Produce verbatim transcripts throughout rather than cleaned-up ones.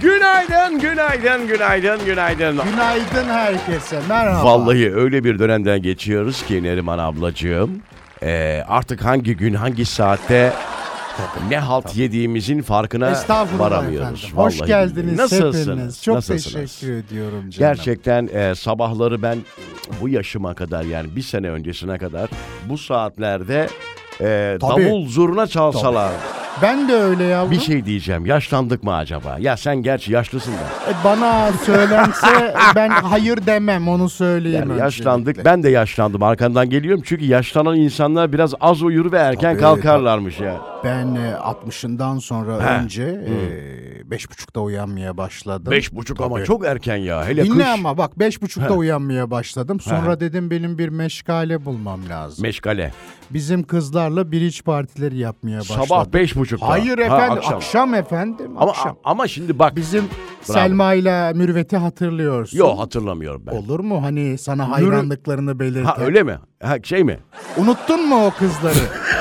Günaydın, günaydın, günaydın, günaydın. Günaydın herkese, merhaba. Vallahi öyle bir dönemden geçiyoruz ki Neriman ablacığım. Ee, artık hangi gün, hangi saatte tabii, ne halt tabii. yediğimizin farkına varamıyoruz. Efendim. Hoş Vallahi geldiniz nasılsınız? hepiniz. Çok Nasılsınız? teşekkür ediyorum canım. Gerçekten e, sabahları ben bu yaşıma kadar, yani bir sene öncesine kadar bu saatlerde e, davul zurna çalsalar. Tabii. Ben de öyle yavrum. Bir şey diyeceğim. Yaşlandık mı acaba? Ya sen gerçi yaşlısın da. E bana söylense ben hayır demem, onu söyleyeyim. Yani yaşlandık. Ben de yaşlandım. Arkandan geliyorum. Çünkü yaşlanan insanlar biraz az uyur ve erken tabii, kalkarlarmış tabii. ya. Ben e, altmışından sonra He. önce e, beş buçukta uyanmaya başladım. Beş buçuk ama çok erken ya. Hele Dinle kış. ama bak beş buçukta uyanmaya başladım. Sonra He. dedim benim bir meşgale bulmam lazım. Meşgale. Bizim kızlarla biriç partileri yapmaya başladım. Sabah beş buçukta. Hayır efendim, ha, akşam. akşam efendim. Ama akşam. ama şimdi bak. Bizim Bravo. Selma ile Mürvet'i hatırlıyorsun. Yok, hatırlamıyorum ben. Olur mu? Hani sana hayranlıklarını belirten. Ha öyle mi? Ha şey mi? Unuttun mu o kızları?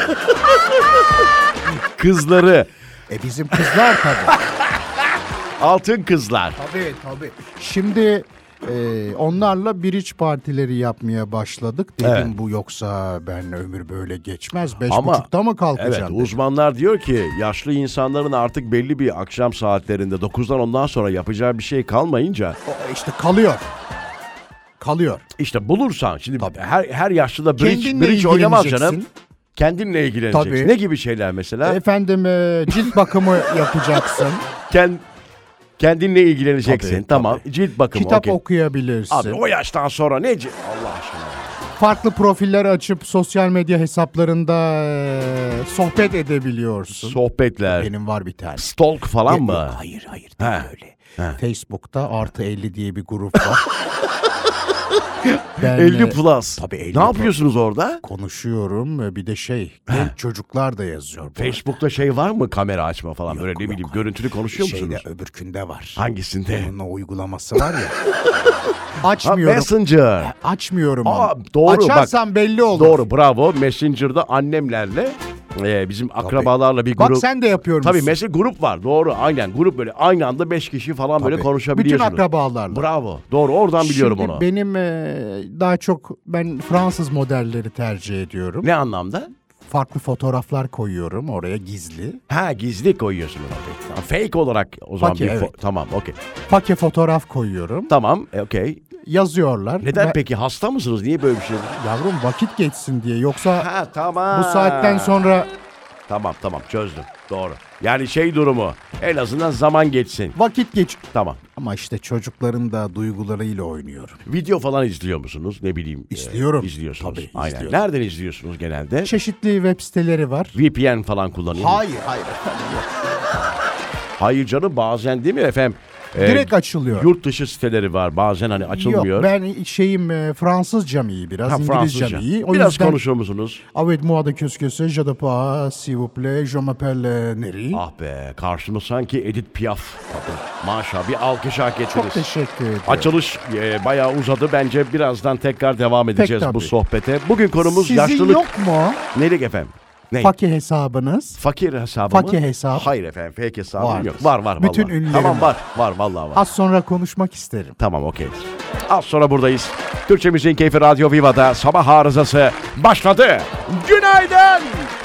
Kızları. E bizim kızlar tabii. Altın kızlar. Tabii tabii. Şimdi e, onlarla biriç partileri yapmaya başladık. Dedim evet. bu yoksa ben ömür böyle geçmez. Beş Ama, buçukta mı kalkacağım? Evet dedim. Uzmanlar diyor ki yaşlı insanların artık belli bir akşam saatlerinde dokuzdan ondan sonra yapacağı bir şey kalmayınca. O, işte kalıyor. Kalıyor. İşte bulursan şimdi tabii. her her yaşlı da bridge, bridge oynamaz canım. Kendinle ilgileneceksin. Tabii. Ne gibi şeyler mesela? Efendim e, cilt bakımı yapacaksın. Kend, kendinle ilgileneceksin. Tabii, tamam. Tabii. Cilt bakımı. Kitap okay. okuyabilirsin. Abi o yaştan sonra ne? Allah aşkına. Farklı profiller açıp sosyal medya hesaplarında e, sohbet edebiliyorsun. Sohbetler. Benim var bir tane. Stalk falan e, mı? Hayır hayır değil He. öyle. He. Facebook'ta artı elli diye bir grup var. Ben, elli plus. Tabii elli ne yapıyorsunuz orada? Konuşuyorum. Bir de şey, genç çocuklar da yazıyor. Facebook'ta şey var mı? Kamera açma falan. Yok, böyle ne bileyim görüntülü konuşuyor Şeyde, musunuz? öbürkünde var. Hangisinde? Onun o uygulaması var ya. Açmıyorum. Ha, Messenger. Açmıyorum. Aa, doğru. Açarsan bak, belli olur. Doğru, bravo. Messenger'da annemlerle Ee, bizim akrabalarla bir grup. Bak sen de yapıyorsun. Tabii mesela grup var. Doğru, aynen. Grup böyle aynı anda beş kişi falan Tabii. böyle konuşabiliyorsunuz. Bütün akrabalarla. Bravo. Doğru, oradan biliyorum Şimdi onu. benim e, daha çok ben Fransız modelleri tercih ediyorum. Ne anlamda? Farklı fotoğraflar koyuyorum oraya gizli. Ha, gizli koyuyorsunuz. Tamam. Fake olarak o zaman Pake, bir fo- evet. tamam, okey. Pake fotoğraf koyuyorum. Tamam, okey. Yazıyorlar. Neden Ve... peki? Hasta mısınız? Niye böyle bir şey? Yavrum vakit geçsin diye. Yoksa ha, tamam. bu saatten sonra... Tamam tamam çözdüm. Doğru. Yani şey durumu. En azından zaman geçsin. Vakit geç. Tamam. Ama işte çocukların da duygularıyla oynuyorum. Video falan izliyor musunuz? Ne bileyim. İzliyorum. E, izliyorsunuz. Tabii Aynen. izliyorum. Nereden izliyorsunuz genelde? Çeşitli web siteleri var. V P N falan kullanıyor Hayır hayır. Hayır canım, bazen değil mi efendim? Direkt ee, açılıyor. Yurt dışı siteleri var. Bazen hani açılmıyor. Yok, ben şeyim e, Fransızcam iyi biraz. Ha, İngilizcem iyi. O biraz yüzden... konuşuyor musunuz? Avec moi de qu'est-ce que c'est? Je de pas, s'il vous plaît. Je m'appelle Neri. Ah be, karşımız sanki Edith Piaf. Tabii. Maşallah, bir alkış hak ettiniz. Çok teşekkür ederim. Açılış e, bayağı uzadı. Bence birazdan tekrar devam edeceğiz Pek, bu sohbete. Bugün konumuz Sizin yaşlılık. Sizin yok mu? Nelik efendim? Ne? Fakir hesabınız. Fakir hesabı mı? Fakir hesap. Hayır efendim, fake hesabım Vardır. yok. Var var Bütün vallahi. ünlülerim Tamam var. Var vallahi var. Az sonra konuşmak isterim. Tamam, okey. Az sonra buradayız. Türkçe Müziğin Keyfi Radyo Viva'da sabah arızası başladı. Günaydın.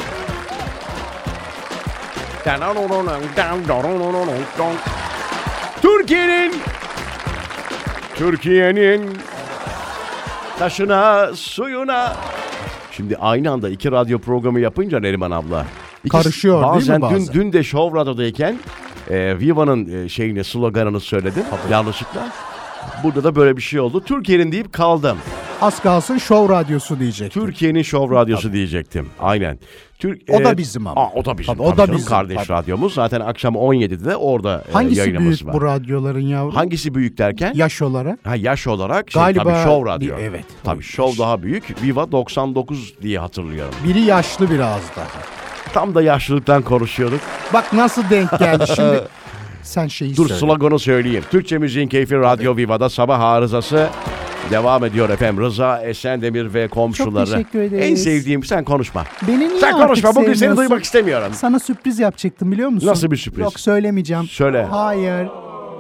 Türkiye'nin Türkiye'nin taşına suyuna. Şimdi aynı anda iki radyo programı yapınca Neriman abla. İkisi, karışıyor bazen, değil mi bazen? Dün, dün de Show Radyo'dayken e, Viva'nın e, şeyini, sloganını söyledim. Tabii. Yanlışlıkla. Burada da böyle bir şey oldu. Türkiye'nin deyip kaldım. Az kalsın Show Radyosu diyecektim. Türkiye'nin Show Radyosu tabii. diyecektim. Aynen. Türk, o e, da bizim ama. Aa, o da bizim. Tabii, o da bizim. bizim. Kardeş tabii. radyomuz. Zaten akşam on yedide de orada hangisi e, yayınımız var. Hangisi büyük bu radyoların yavrum? Hangisi büyük derken? Yaş olarak. Ha, yaş olarak. Şey, Galiba. Tabii Show Radyo. Bir, evet. Tabii Show daha büyük. Viva doksan dokuz diye hatırlıyorum. Biri yaşlı biraz daha. Tam da yaşlılıktan konuşuyorduk. Bak nasıl denk geldi şimdi. Sen şeyi Dur söyle. sloganı söyleyeyim. Türkçe Müziğin Keyfi Radyo Viva'da sabah arızası devam ediyor efendim. Rıza Esendemir ve komşuları. Çok teşekkür ederiz. En sevdiğim, sen konuşma. Beni niye sen konuşma, bugün seni duymak istemiyorum. Sana sürpriz yapacaktım biliyor musun? Nasıl bir sürpriz? Yok, söylemeyeceğim. Söyle. Hayır.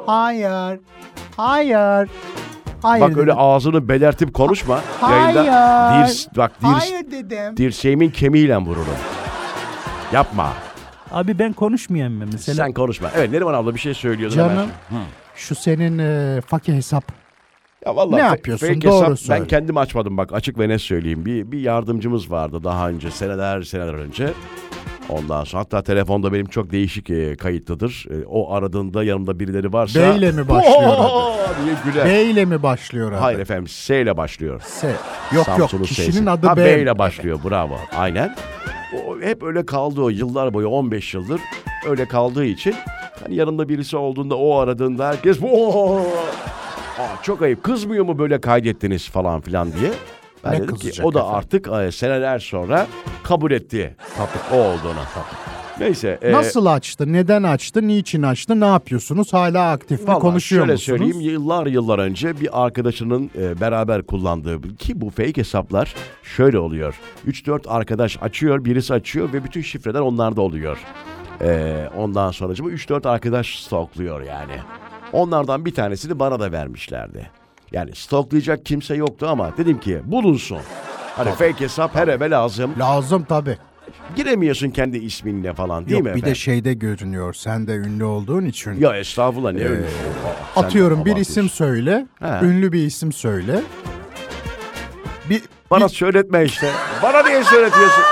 Hayır. Hayır. Hayır. Bak öyle ağzını belertip konuşma. Hayır. Yayında dir, bak dir, Hayır dedim. dirseğimin kemiğiyle vururum. Yapma. Abi ben konuşmayayım mı mesela? Sen konuşma. Evet Neriman abla bir şey söylüyordu. Canım şu senin e, fakir hesap. Ya vallahi ne fe- yapıyorsun? fake Doğru hesap, söyle. ben kendim açmadım bak açık ve net söyleyeyim. Bir, bir yardımcımız vardı daha önce seneler seneler önce. Ondan sonra hatta telefonda benim çok değişik e, kayıtlıdır. E, o aradığında yanımda birileri varsa... B ile mi başlıyor adı? diye güler. B ile mi başlıyor adı? Hayır efendim S ile başlıyor. S. Yok Samsun'un yok kişinin S'si. adı ha, B. B ile başlıyor bravo aynen. O, hep öyle kaldı o yıllar boyu on beş yıldır öyle kaldığı için hani yanımda birisi olduğunda o aradığında herkes Aa, çok ayıp kızmıyor mu böyle kaydettiniz falan filan diye. Ben Ne dedim ki kızacak o da efendim? artık e, seneler sonra kabul etti. Tabii. O olduğunu. Tabii. Neyse. E, Nasıl açtı? Neden açtı? Niçin açtı? Ne yapıyorsunuz? Hala aktif mi? Vallahi Konuşuyor şöyle musunuz? söyleyeyim yıllar yıllar önce bir arkadaşının e, beraber kullandığı ki bu fake hesaplar şöyle oluyor. üç dört arkadaş açıyor birisi açıyor ve bütün şifreler onlarda oluyor. E, ondan sonra üç dört arkadaş stokluyor yani. Onlardan bir tanesini bana da vermişlerdi. Yani stoklayacak kimse yoktu ama dedim ki bulunsun. Hani fake hesap her eve lazım. Lazım tabii. Giremiyorsun kendi isminle falan değil Yok mi bir de efendim? şeyde görünüyor. Sen de ünlü olduğun için. Ya estağfurullah ne öyle. Sen Atıyorum de bir abartıyorsun. isim söyle. He. Ünlü bir isim söyle. Bir, Bana bir- söyletme işte. Bana niye söyletiyorsun?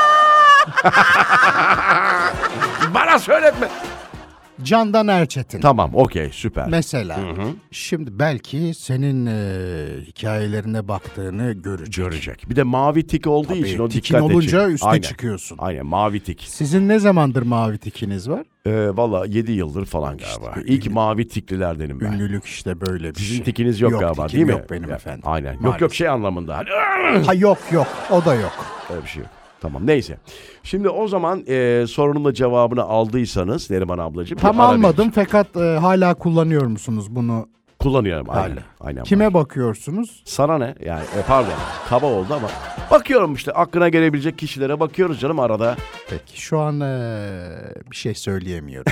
Bana söyletme. Candan Erçetin. Tamam okey süper. Mesela. Şimdi belki senin e, hikayelerine baktığını görecek. Görecek. Bir de mavi tik olduğu Tabii, için o tikin dikkat olunca edecek. üste Aynen. çıkıyorsun. Aynen mavi tik. Sizin ne zamandır mavi tikiniz var? Ee, Valla yedi yıldır falan galiba. İlk ünlü- mavi tiklilerdenim ben. Ünlülük işte böyle bir Sizin şey. tikiniz yok, galiba tikim değil mi? yok benim Ya, efendim. Aynen. Yok Maalesef. yok şey anlamında. Hani, Ha yok yok o da yok. öyle bir şey yok. Tamam neyse. Şimdi o zaman e, sorunun da cevabını aldıysanız Neriman ablacığım. Tam bir ara almadım verin. fakat e, hala kullanıyor musunuz bunu? Kullanıyorum aynen. Hala. aynen. Kime bakıyorsunuz? Sana ne? Yani e, pardon kaba oldu ama bakıyorum işte aklına gelebilecek kişilere bakıyoruz canım arada. Peki şu an e, bir şey söyleyemiyorum.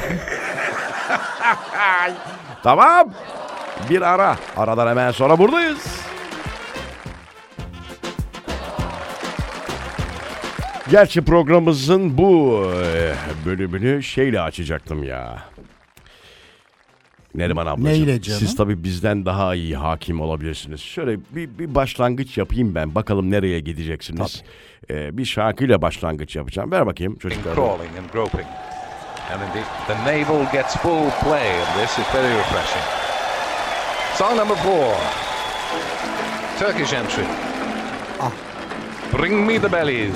Tamam. Bir ara. Aradan hemen sonra buradayız. Gerçi programımızın bu e, bölümünü şeyle açacaktım ya. Neriman ablacığım. Neyle canım? Siz tabii bizden daha iyi hakim olabilirsiniz. Şöyle bir, bir başlangıç yapayım ben. Bakalım nereye gideceksiniz. Ee, bir şarkıyla başlangıç yapacağım. Ver bakayım çocuklar. Crawling and groping. And indeed, the navel gets full play of this. It's very refreshing. Song number four. Turkish entry. Ah. Bring me the bellies.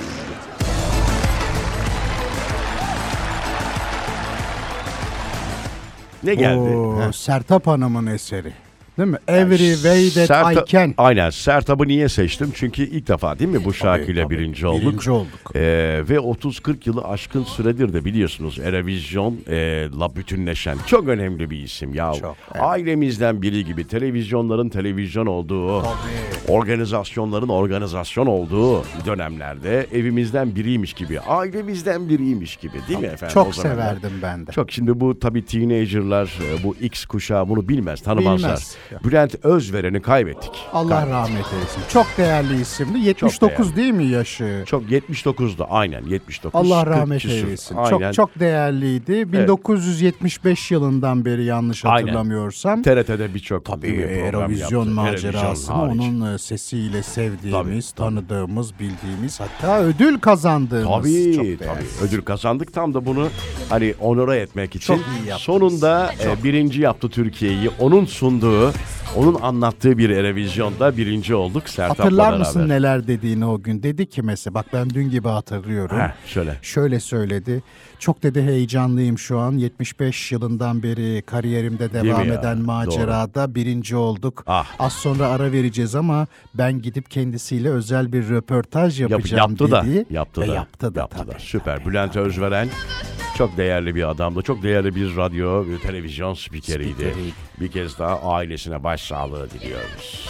Ne geldi? Oo, Heh. Sertab Hanım'ın eseri. Değil mi? Every way that Sertab- I can. Aynen. Sertab'ı niye seçtim? Çünkü ilk defa değil mi bu şarkıyla tabii. birinci olduk. Birinci olduk. Ee, ve otuz kırk yılı aşkın süredir de biliyorsunuz Eurovision'la bütünleşen çok önemli bir isim ya. Çok, evet. Ailemizden biri gibi televizyonların televizyon olduğu, organizasyonların organizasyon olduğu dönemlerde evimizden biriymiş gibi, ailemizden biriymiş gibi değil mi efendim? Çok o zamanlar? severdim ben de. Çok şimdi bu tabii teenager'lar, e, bu X kuşağı bunu bilmez, tanımazlar. Bilmez. Bülent Özveren'i kaybettik. Allah Kaybettik. rahmet eylesin. Çok değerli isimdi. yetmiş dokuz değerli. değil mi yaşı? Çok yetmiş dokuzda aynen yetmiş dokuz. Allah kırk rahmet küsur. eylesin. Aynen. Çok çok değerliydi. bin dokuz yüz yetmiş beş yılından beri yanlış Aynen. hatırlamıyorsam. T R T'de birçok Tabii değil mi, program Eurovision yaptı. macerasını Eurovision hariç. onun e, sesiyle sevdiğimiz, Tabii, tabii. tanıdığımız, bildiğimiz hatta ödül kazandığımız. Tabii çok tabii. değerli. Ödül kazandık tam da bunu hani onura etmek için. Çok iyi yaptınız. Sonunda e, birinci yaptı Türkiye'yi. Onun sunduğu, onun anlattığı bir Eurovision'da birinci olduk Sertab'la Hatırlar beraber. mısın neler dediğini o gün? Dedi ki mesela bak ben dün gibi hatırlıyorum. Heh, şöyle. Şöyle söyledi. Çok dedi heyecanlıyım şu an. yetmiş beş yılından beri kariyerimde Değil devam mi ya? eden macerada birinci olduk. Ah. Az sonra ara vereceğiz ama ben gidip kendisiyle özel bir röportaj Yap- yapacağım yaptı dedi. da. Yaptı Ve da. yaptı da. Yaptı da. tabii. Süper. Bülent Özveren çok değerli bir adamdı. Çok değerli bir radyo, bir televizyon spikeriydi. Spikeriydi. Bir kez daha ailesine başsağlığı diliyoruz.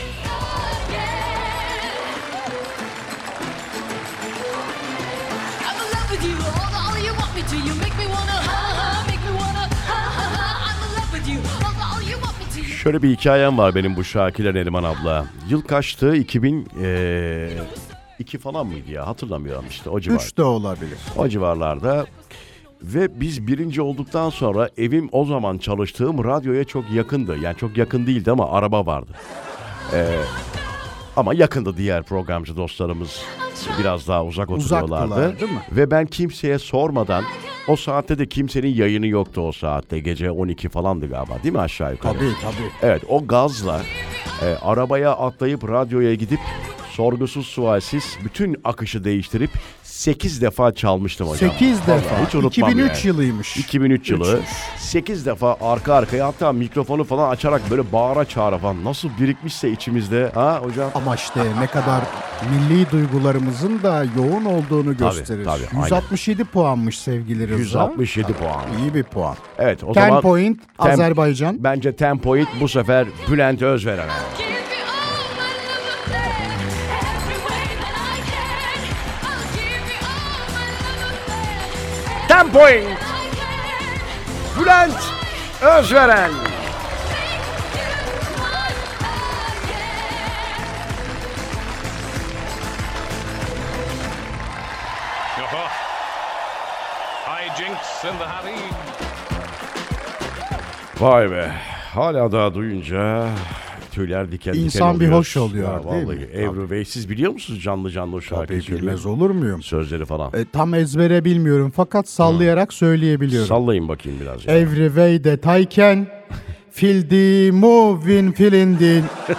I'm in love with you, all, all you want me to. You make me wanna, ha ha, make me wanna, ha ha ha. I'm in love with you, all, all you Şöyle bir hikayem var benim bu Şakir'le Neriman abla. Yıl kaçtı? iki bin iki falan mıydı ya? Hatırlamıyorum işte o civar. Üç de olabilir. O civarlarda. Ve biz birinci olduktan sonra evim o zaman çalıştığım radyoya çok yakındı. Yani çok yakın değildi ama araba vardı. Ee, ama yakındı diğer programcı dostlarımız. Biraz daha uzak oturuyorlardı. Uzaktılar, değil mi? Ve ben kimseye sormadan, o saatte de kimsenin yayını yoktu o saatte. Gece on iki falandı galiba, değil mi aşağı yukarı? Tabii tabii. Evet, o gazla e, arabaya atlayıp radyoya gidip sorgusuz sualsiz bütün akışı değiştirip sekiz defa çalmıştım hocam. sekiz defa. Vallahi hiç unutmam iki bin üç yani. yılıymış. iki bin üç yılı Üçmüş. sekiz defa arka arkaya, hatta mikrofonu falan açarak böyle bağıra çağıra falan, nasıl birikmişse içimizde ha hocam. Ama işte ne kadar milli duygularımızın da yoğun olduğunu Tabii, gösterir. tabii, aynen. yüz altmış yedi puanmış sevgili Rıza. yüz altmış yedi puan. İyi bir puan. Evet, o on zaman point Tem- Azerbaycan. bence on point bu sefer Bülent Özveren'e. on point Bülent Özveren. Hijinks in the Harry. Vay be. Hala daha duyunca tüyler diken diken İnsan bir oluyor. hoş oluyor, Ya değil vallahi mi? Ebru Bey, siz biliyor musunuz canlı canlı o şarkıyı? Tabii bilmez olur muyum? Sözleri falan. E, tam ezbere bilmiyorum fakat sallayarak söyleyebiliyorum. Sallayın bakayım biraz. Ya. Every way that I can feel the moving feeling the...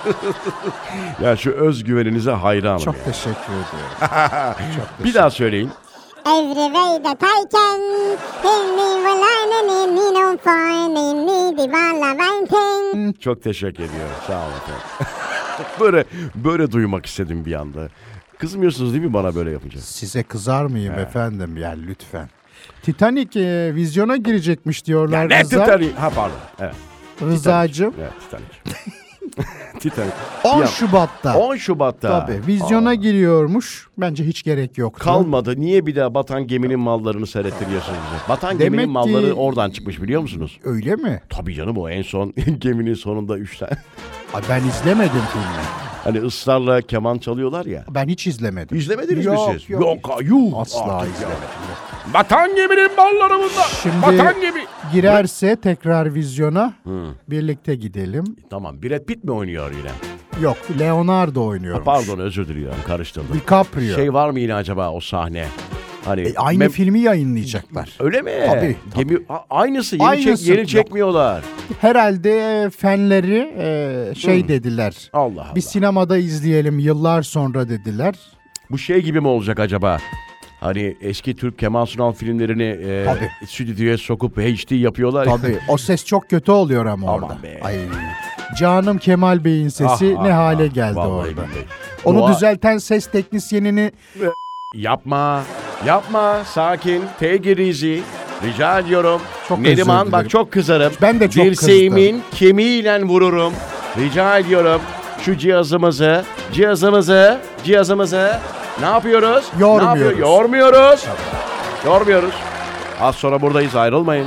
ya şu özgüveninize hayranım. Çok ya. teşekkür ediyorum. Çok Bir daha söyleyin. Every way that I can, in me will I in me no fine, in me the balla Çok teşekkür ediyorum. Sağ olun efendim. böyle böyle duymak istedim bir anda. Kızmıyorsunuz değil mi bana böyle yapınca? Size kızar mıyım efendim? Ya lütfen. Titanic e, vizyona girecekmiş diyorlar Ne Rıza. Titanic? Ha pardon. Evet. Rızacığım. Evet, Titanic. Titanic. on Ya, Şubat'ta. on Şubat'ta. Tabii vizyona giriyormuş. Bence hiç gerek yoktu. Kalmadı. Niye bir daha batan geminin mallarını seyrettiriyorsunuz bize? Batan Demek geminin ki- malları oradan çıkmış biliyor musunuz? Öyle mi? Tabii canım, o en son geminin sonunda üç tane. Ay, ben izlemedim filmi. Hani ısrarla keman çalıyorlar ya. Ben hiç izlemedim. İzlemediniz Yok, mi siz? yok. Yok, ha, yuh. Asla Artık ya. izlemedim. Batan geminin malları bunlar. Şimdi Batan gemi. girerse tekrar vizyona birlikte gidelim. Tamam, Brad Pitt mi oynuyor yine? Yok, Leonardo oynuyor. Pardon, özür diliyorum, karıştırdım. DiCaprio. Şey var mı yine acaba o sahne? Hani E, aynı mem- filmi yayınlayacaklar. Öyle mi? Tabii, Gemi a- aynısı, yeni, Aynısı. Çek, yeni Yok. çekmiyorlar. Herhalde fenleri e, şey dediler. Allah Allah. Bir sinemada izleyelim yıllar sonra dediler. Bu şey gibi mi olacak acaba? Hani eski Türk Kemal Sunal filmlerini e, Tabii. stüdyoya sokup H D yapıyorlar. ya. Tabii o ses çok kötü oluyor ama Aman orada. be. Ay. Canım Kemal Bey'in sesi Ah, ne ah, hale ah. geldi Vallahi orada. billahi. Onu Doğa- düzelten ses teknisyenini Yapma, yapma, sakin, take it easy. Rica ediyorum. Çok özür Neriman, dilerim. bak çok kızarım. Ben de çok Dirseğimin kemiğiyle vururum. Rica ediyorum. Şu cihazımızı, cihazımızı, cihazımızı ne yapıyoruz? Yormuyoruz. Ne yapıyor? Yormuyoruz. Yormuyoruz. Az sonra buradayız, ayrılmayın.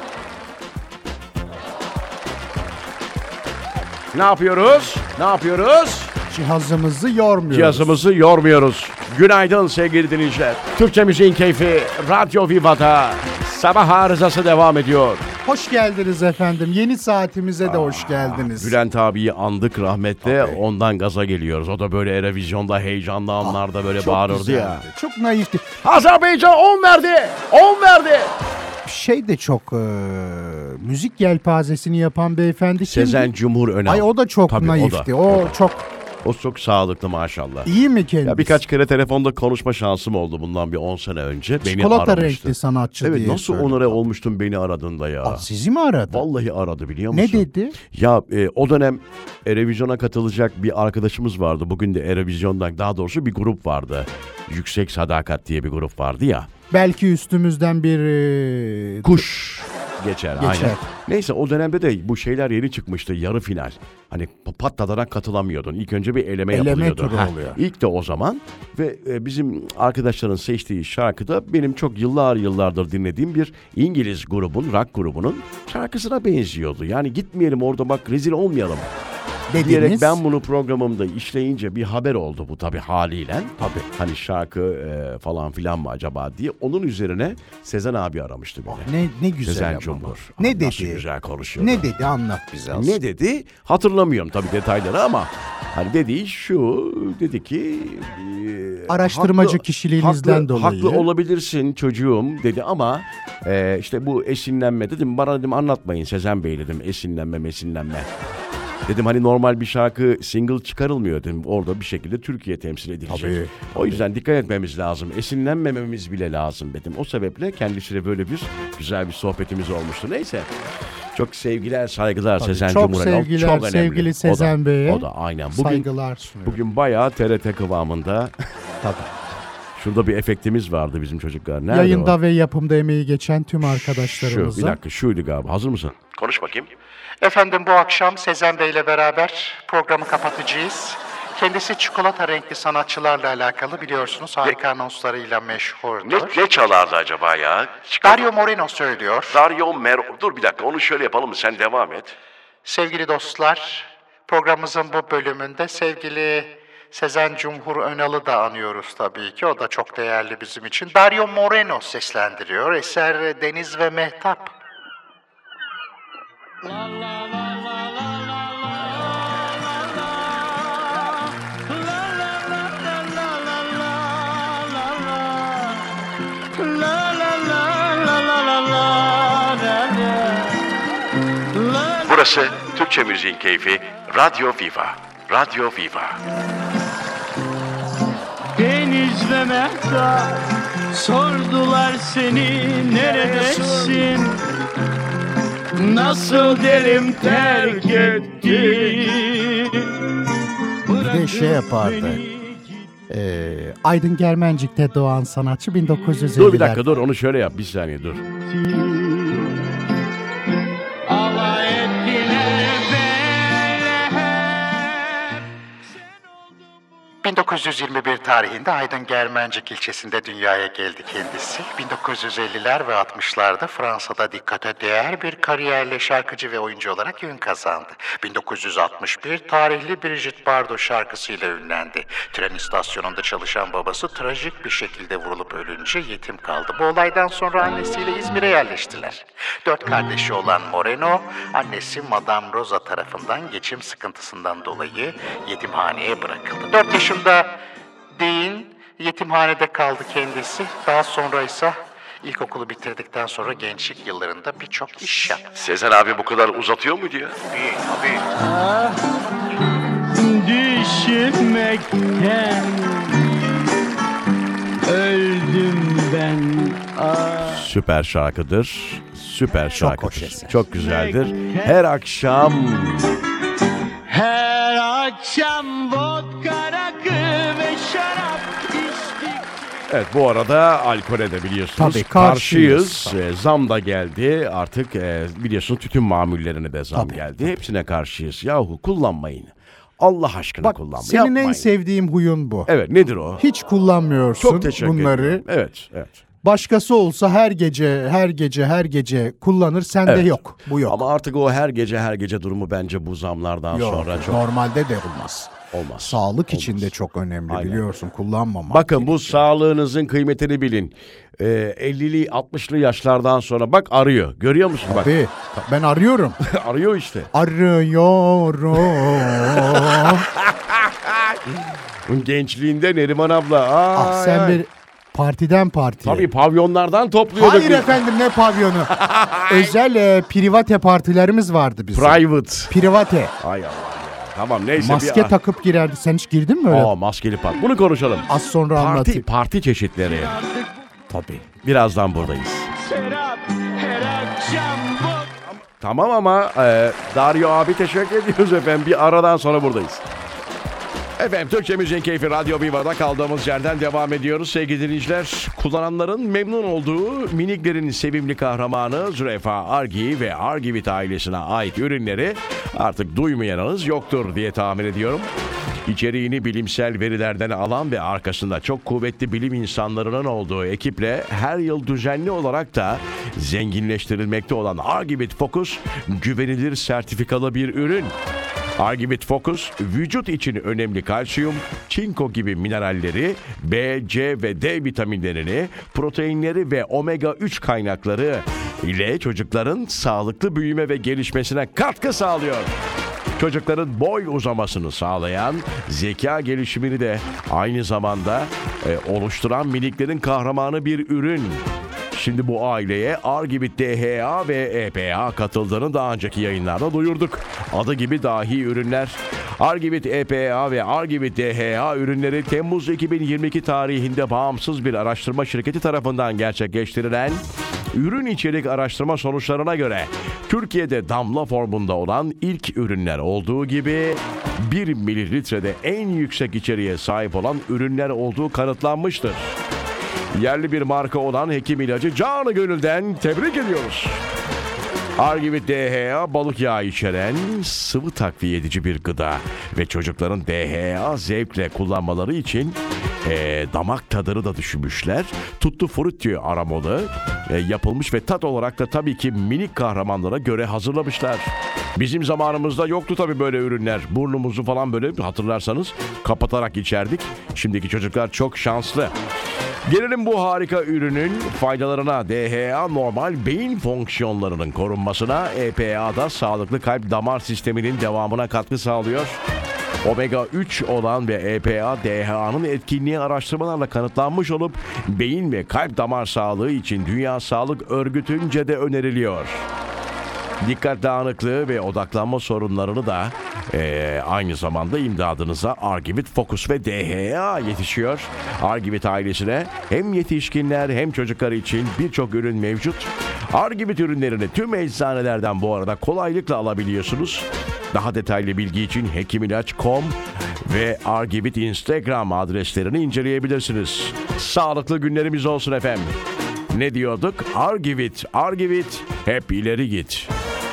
Ne yapıyoruz? Ne yapıyoruz? cihazımızı yormuyoruz. Cihazımızı yormuyoruz. Günaydın sevgili dinleyiciler. Türkçe müziğin keyfi Radyo Viva'da sabah arızası devam ediyor. Hoş geldiniz efendim. Yeni saatimize de hoş geldiniz. Bülent abiyi andık rahmetle, ondan gaza geliyoruz. O da böyle Eurovision'da heyecanlı anlarda böyle Çok bağırırdı güzeldi, ya. Çok naifti. Azerbaycan on verdi, on verdi. Şey de çok e, müzik yelpazesini yapan beyefendi kimdi? Sezen Cumhur Önal. Ay o da çok Tabii, o da, naifti. O, o da. çok O çok sağlıklı maşallah. iyi mi kendisi? Ya birkaç kere telefonda konuşma şansım oldu bundan bir on sene önce. Beni Çikolata aramıştı. renkli sanatçı Evet, diye nasıl söyledi. onore olmuştun beni aradığında ya. Aa, sizi mi aradı? Vallahi aradı biliyor musun? Ne dedi? Ya e, o dönem Eurovision'a katılacak bir arkadaşımız vardı. Bugün de Eurovision'dan, daha doğrusu bir grup vardı. Yüksek Sadakat diye bir grup vardı ya. Belki üstümüzden bir e, Kuş Geçer, Geçer. aynen. Neyse o dönemde de bu şeyler yeni çıkmıştı, yarı final. Hani patlatarak katılamıyordun. İlk önce bir eleme, Eleme yapılıyordu. turu Heh, oluyor. İlk de o zaman ve e, bizim arkadaşların seçtiği şarkı da benim çok yıllar yıllardır dinlediğim bir İngiliz grubun, rock grubunun şarkısına benziyordu. Yani gitmeyelim orada bak rezil olmayalım. Dediğiniz... Diyerek ben bunu programımda işleyince bir haber oldu bu tabii haliyle. Tabii. Hani şarkı e, falan filan mı acaba diye. Onun üzerine Sezen abi aramıştı beni. Ne ne güzel Sezen ama. Cumhur. Ne Nasıl dedi? Nasıl güzel konuşuyor. Ne dedi anlat bize aslında. Ne dedi? Hatırlamıyorum tabii detayları ama hani dediği şu, dedi ki e, araştırmacı haklı, kişiliğinizden haklı, dolayı. Haklı olabilirsin çocuğum dedi ama e, işte bu esinlenme dedim bana dedim anlatmayın Sezen Bey dedim esinlenme mesinlenme. Dedim hani normal bir şarkı single çıkarılmıyor dedim. Orada bir şekilde Türkiye temsil edilecek. Tabii, o tabii. yüzden dikkat etmemiz lazım. Esinlenmememiz bile lazım dedim. O sebeple kendisiyle böyle bir güzel bir sohbetimiz olmuştu. Neyse. Çok sevgiler, saygılar Tabii, Sezen çok Cumhur'a. sevgiler, çok önemli. sevgili Sezen o da, Bey'e. O da aynen. Bugün, saygılar sunuyorum. bugün bayağı T R T kıvamında. Tabii. Şurada bir efektimiz vardı bizim çocuklar. Nerede Yayında o? ve yapımda emeği geçen tüm arkadaşlarımıza. Şu, bir dakika şuydu galiba. Hazır mısın? Konuş bakayım. Efendim bu akşam Sezen Bey ile beraber programı kapatacağız. Kendisi çikolata renkli sanatçılarla alakalı biliyorsunuz harika anonslarıyla meşhurdur. Ne, ne çalardı acaba ya? Dario Moreno söylüyor. Dario Mer... Dur bir dakika onu şöyle yapalım mı? Sen devam et. Sevgili dostlar, programımızın bu bölümünde sevgili Sezen Cumhur Önal'ı da anıyoruz tabii ki. O da çok değerli bizim için. Dario Moreno seslendiriyor. Eser Deniz ve Mehtap. Burası Türkçe müziğin keyfi Radyo FIFA. Radyo FIFA. Deniz ve Mehtap sordular seni neredesin? Nasıl derim terk etti? Bir de şey yapardı. Ee, Aydın Germencik'te doğan sanatçı bin dokuz yüz elliler. Dur bir dakika dur onu şöyle yap bir saniye dur. bin dokuz yüz yirmi bir tarihinde Aydın Germencik ilçesinde dünyaya geldi kendisi. bin dokuz yüz elliler ve altmışlarda Fransa'da dikkate değer bir kariyerle şarkıcı ve oyuncu olarak ün kazandı. bin dokuz yüz altmış bir tarihli Brigitte Bardot şarkısıyla ünlendi. Tren istasyonunda çalışan babası trajik bir şekilde vurulup ölünce yetim kaldı. Bu olaydan sonra annesiyle İzmir'e yerleştiler. Dört kardeşi olan Moreno, annesi Madame Rosa tarafından geçim sıkıntısından dolayı yetimhaneye bırakıldı. Dört yaşında Dean yetimhanede kaldı kendisi. Daha sonra ise ilkokulu bitirdikten sonra gençlik yıllarında birçok iş yaptı. Sezen abi bu kadar uzatıyor muydu ya? Tabii, tabii. Ah, düşünmekten öldüm ben. Ah. Süper şarkıdır. Süper şarkıdır. hoş eser. Çok güzeldir. Her akşam Her akşam vodka, rakı ve şarap içtik. evet bu arada alkole de biliyorsunuz Tabii, karşıyız. karşıyız. E, zam da geldi. Artık e, biliyorsunuz tütün mamullerine de zam Tabii, geldi. Hepsine karşıyız. Yahu kullanmayın. Allah aşkına Bak kullanmayın. senin Yapmayın. en sevdiğim huyun bu. Evet nedir o? Hiç kullanmıyorsun Çok teşekkür bunları. ederim. Evet, evet. Başkası olsa her gece, her gece, her gece kullanır. Sende Evet. yok. Bu yok. Ama artık o her gece her gece durumu bence bu zamlardan Yok, sonra çok normalde de olmaz. olmaz. Sağlık Olmaz. için de çok önemli Aynen. biliyorsun kullanmamak. Bakın bu gerekiyor. sağlığınızın kıymetini bilin. Ee, ellili altmışlı yaşlardan sonra bak arıyor. Görüyor musun bak? Tabii. Ben arıyorum. Arıyor işte. Arıyorum. Gençliğinde Neriman abla. Ay, ah sen ay. bir partiden partiye. Tabii pavyonlardan topluyorduk. Hayır biz. efendim ne pavyonu. Özel e, private partilerimiz vardı bizim. Private. Private. Ay Allah ya. Tamam neyse. Maske bir... takıp girerdi. Sen hiç girdin mi öyle? Aa, maskeli parti. Bunu konuşalım. Az sonra Parti, anlatayım. parti çeşitleri. Tabii. Birazdan buradayız. Şarap her akşam vodka. Tamam ama e, Dario abi teşekkür ediyoruz efendim. Bir aradan sonra buradayız. Efendim Türkçe Müziğin Keyfi Radyo Viva'da kaldığımız yerden devam ediyoruz sevgili dinleyiciler. Kullananların memnun olduğu miniklerin sevimli kahramanı Zürafa Argi ve Argivit ailesine ait ürünleri artık duymayanınız yoktur diye tahmin ediyorum. İçeriğini bilimsel verilerden alan ve arkasında çok kuvvetli bilim insanlarının olduğu ekiple her yıl düzenli olarak da zenginleştirilmekte olan Argivit Focus güvenilir sertifikalı bir ürün. Argivit Focus, vücut için önemli kalsiyum, çinko gibi mineralleri, B, C ve D vitaminlerini, proteinleri ve omega üç kaynakları ile çocukların sağlıklı büyüme ve gelişmesine katkı sağlıyor. Çocukların boy uzamasını sağlayan, zeka gelişimini de aynı zamanda e, oluşturan miniklerin kahramanı bir ürün. Şimdi bu aileye Argivit D H A ve E P A katıldığını daha önceki yayınlarda duyurduk. Adı gibi dahi ürünler. Argivit E P A ve Argivit D H A ürünleri Temmuz iki bin yirmi iki tarihinde bağımsız bir araştırma şirketi tarafından gerçekleştirilen ürün içerik araştırma sonuçlarına göre Türkiye'de damla formunda olan ilk ürünler olduğu gibi bir mililitrede en yüksek içeriğe sahip olan ürünler olduğu kanıtlanmıştır. Yerli bir marka olan Hekim İlacı canı gönülden tebrik ediyoruz. Argivit D H A balık yağı içeren sıvı takviye edici bir gıda ve çocukların D H A zevkle kullanmaları için e, damak tadını da düşünmüşler. Tutti frutti aromalı e, yapılmış ve tat olarak da tabii ki minik kahramanlara göre hazırlamışlar. Bizim zamanımızda yoktu tabii böyle ürünler. Burnumuzu falan böyle hatırlarsanız kapatarak içerdik. Şimdiki çocuklar çok şanslı. Gelelim bu harika ürünün faydalarına. D H A normal beyin fonksiyonlarının korunmasına, E P A da sağlıklı kalp damar sisteminin devamına katkı sağlıyor. omega üç olan ve E P A, D H A'nın etkinliği araştırmalarla kanıtlanmış olup beyin ve kalp damar sağlığı için Dünya Sağlık Örgütü'nce de öneriliyor. Dikkat dağınıklığı ve odaklanma sorunlarını da e, aynı zamanda imdadınıza Argivit Focus ve D H A yetişiyor. Argivit ailesine hem yetişkinler hem çocuklar için birçok ürün mevcut. Argivit ürünlerini tüm eczanelerden bu arada kolaylıkla alabiliyorsunuz. Daha detaylı bilgi için hekimilaç nokta com ve Argivit Instagram adreslerini inceleyebilirsiniz. Sağlıklı günlerimiz olsun efendim. Ne diyorduk? Argivit, Argivit, hep ileri git.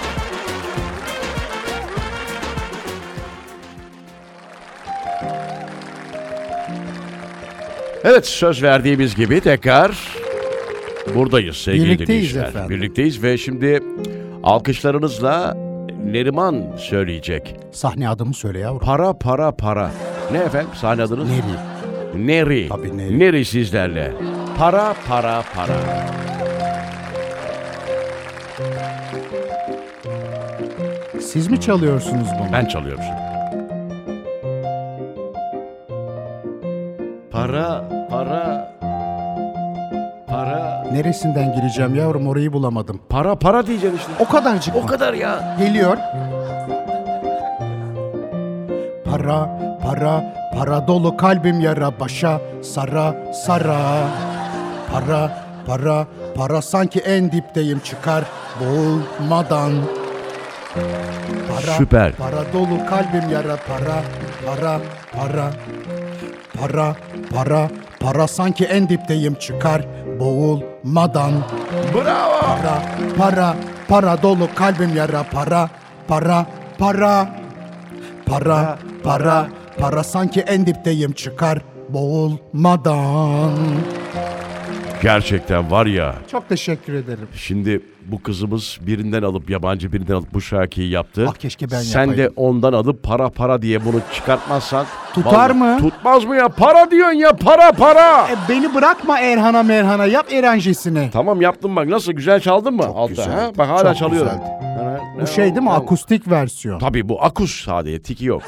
Evet, söz verdiğimiz gibi tekrar buradayız sevgili Birlikteyiz dinleyiciler. efendim. Birlikteyiz ve şimdi alkışlarınızla Neriman söyleyecek. Sahne adımı söyle yavrum. Para para para. Ne efendim sahne adınız? Neri. Neri. Tabii Neri. Neri sizlerle. Para para para. Siz mi çalıyorsunuz bunu? Ben çalıyorum şimdi. Para para para. Neresinden gireceğim yavrum, orayı bulamadım. Para para diyeceksin işte. O kadarcık O mı? kadar ya. Geliyor. Para, para, para dolu kalbim yara başa sara sara. Para, para, para sanki en dipteyim çıkar boğulmadan. Para, Süper. para dolu kalbim yara para, para, para. Para, para, para sanki en dipteyim çıkar boğulmadan. Bravo. Para, para, para dolu kalbim yara para, para, para. Para, para, para sanki en dipteyim çıkar boğulmadan. Gerçekten var ya. Çok teşekkür ederim. Şimdi bu kızımız birinden alıp yabancı birinden alıp bu şarkıyı yaptı. Ah, keşke ben Sen yapayım. de ondan alıp para para diye bunu çıkartmazsan. Tutar vallahi mı? Tutmaz mı ya? Para diyorsun ya, para para. E, beni bırakma Erhan'a Merhan'a, yap eranjesini. Tamam yaptım bak, nasıl güzel çaldın mı? Çok Altta, güzeldi, ha? Bak hala çok çalıyorum. güzeldi. Bu şey değil mi? Tamam. Akustik versiyon. Tabii bu akus sadece, tiki yok.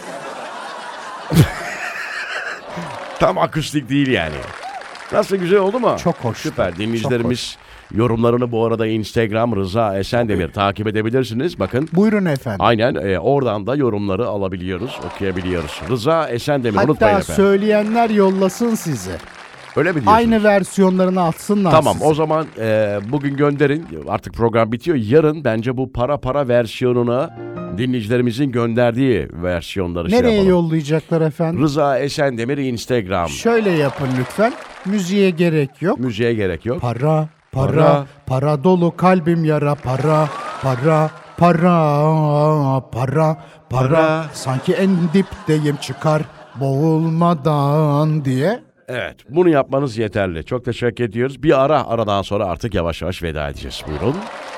Tam akustik değil yani. Nasıl, güzel oldu mu? Çok hoş. Süper. Dinleyicilerimiz yorumlarını bu arada Instagram Rıza Esendemir takip edebilirsiniz. Bakın. Buyurun efendim. Aynen e, oradan da yorumları alabiliyoruz, okuyabiliyoruz. Rıza Esendemir, unutmayın Hatta efendim. söyleyenler yollasın size. Öyle mi diyorsunuz? Aynı versiyonlarını atsınlar Tamam size. o zaman e, bugün gönderin. Artık program bitiyor. Yarın bence bu para para versiyonuna Dinleyicilerimizin gönderdiği versiyonları şey Nereye yapalım. yollayacaklar efendim? Rıza Esendemir Instagram. Şöyle yapın lütfen. Müziğe gerek yok. Müziğe gerek yok. Para, para, Para. para, dolu kalbim yara. Para, para, para, para, para. Para. Sanki en dipteyim çıkar boğulmadan diye. Evet, bunu yapmanız yeterli. Çok teşekkür ediyoruz. Bir ara, aradan sonra artık yavaş yavaş veda edeceğiz. Buyurun.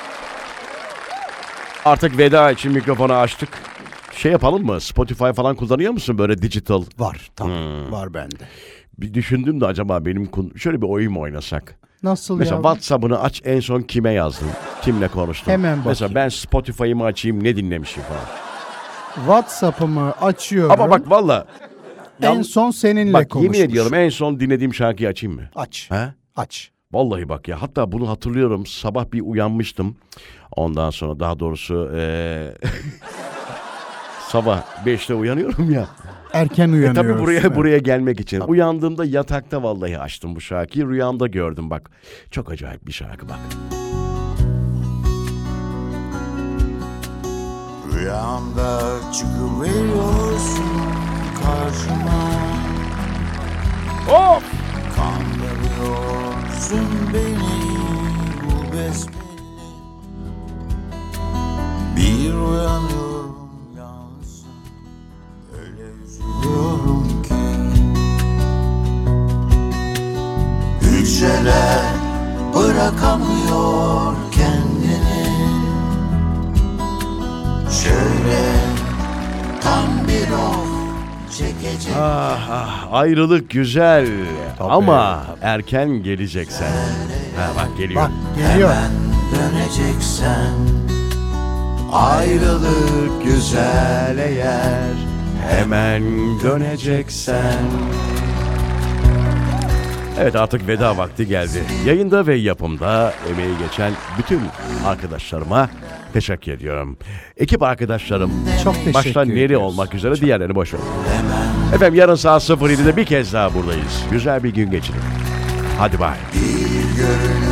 Artık veda için mikrofonu açtık. Şey yapalım mı? Spotify falan kullanıyor musun böyle digital? Var tabii. Hmm. Var bende. Bir düşündüm de acaba benim kun- şöyle bir oyun mu oynasak? Nasıl Mesela ya? WhatsApp'ını aç, en son kime yazdın? Kimle konuştun? Hemen bakayım. Mesela ben Spotify'ımı açayım, ne dinlemişim falan. WhatsApp'ımı açıyorum. Ama bak valla. en son seninle Bak konuşmuş. yemin ediyorum en son dinlediğim şarkıyı açayım mı? Aç. He? Aç. Vallahi bak ya, hatta bunu hatırlıyorum, sabah bir uyanmıştım. Ondan sonra daha doğrusu ee... sabah beşte uyanıyorum ya. Erken E uyanıyorsun. tabii buraya evet. buraya gelmek için. Uyandığımda yatakta vallahi açtım bu şarkıyı. Rüyamda gördüm bak. Çok acayip bir şarkı bak. Rüyamda çıkıveriyorsun karşıma. Of! Kandırıyorsun beni bu besbelli. Bir uyanıyorum yalnızım, öyle üzülüyorum ki. Hücreler bırakamıyor kendini. Şöyle tam bir of çekecek. Ah ah, ayrılık güzel ama erken geleceksen. Ha bak geliyor. Bak geliyor. Hemen döneceksen. Ayrılık güzel eğer. Hemen döneceksen. Evet, artık veda vakti geldi. Yayında ve yapımda emeği geçen bütün arkadaşlarıma teşekkür ediyorum. Ekip arkadaşlarım Çok teşekkür başta Neri ediyoruz. olmak üzere diğerlerini boş ver. Efendim yarın saat sıfır yedide bir kez daha buradayız. Güzel bir gün geçirin. Hadi bay. Bir görünen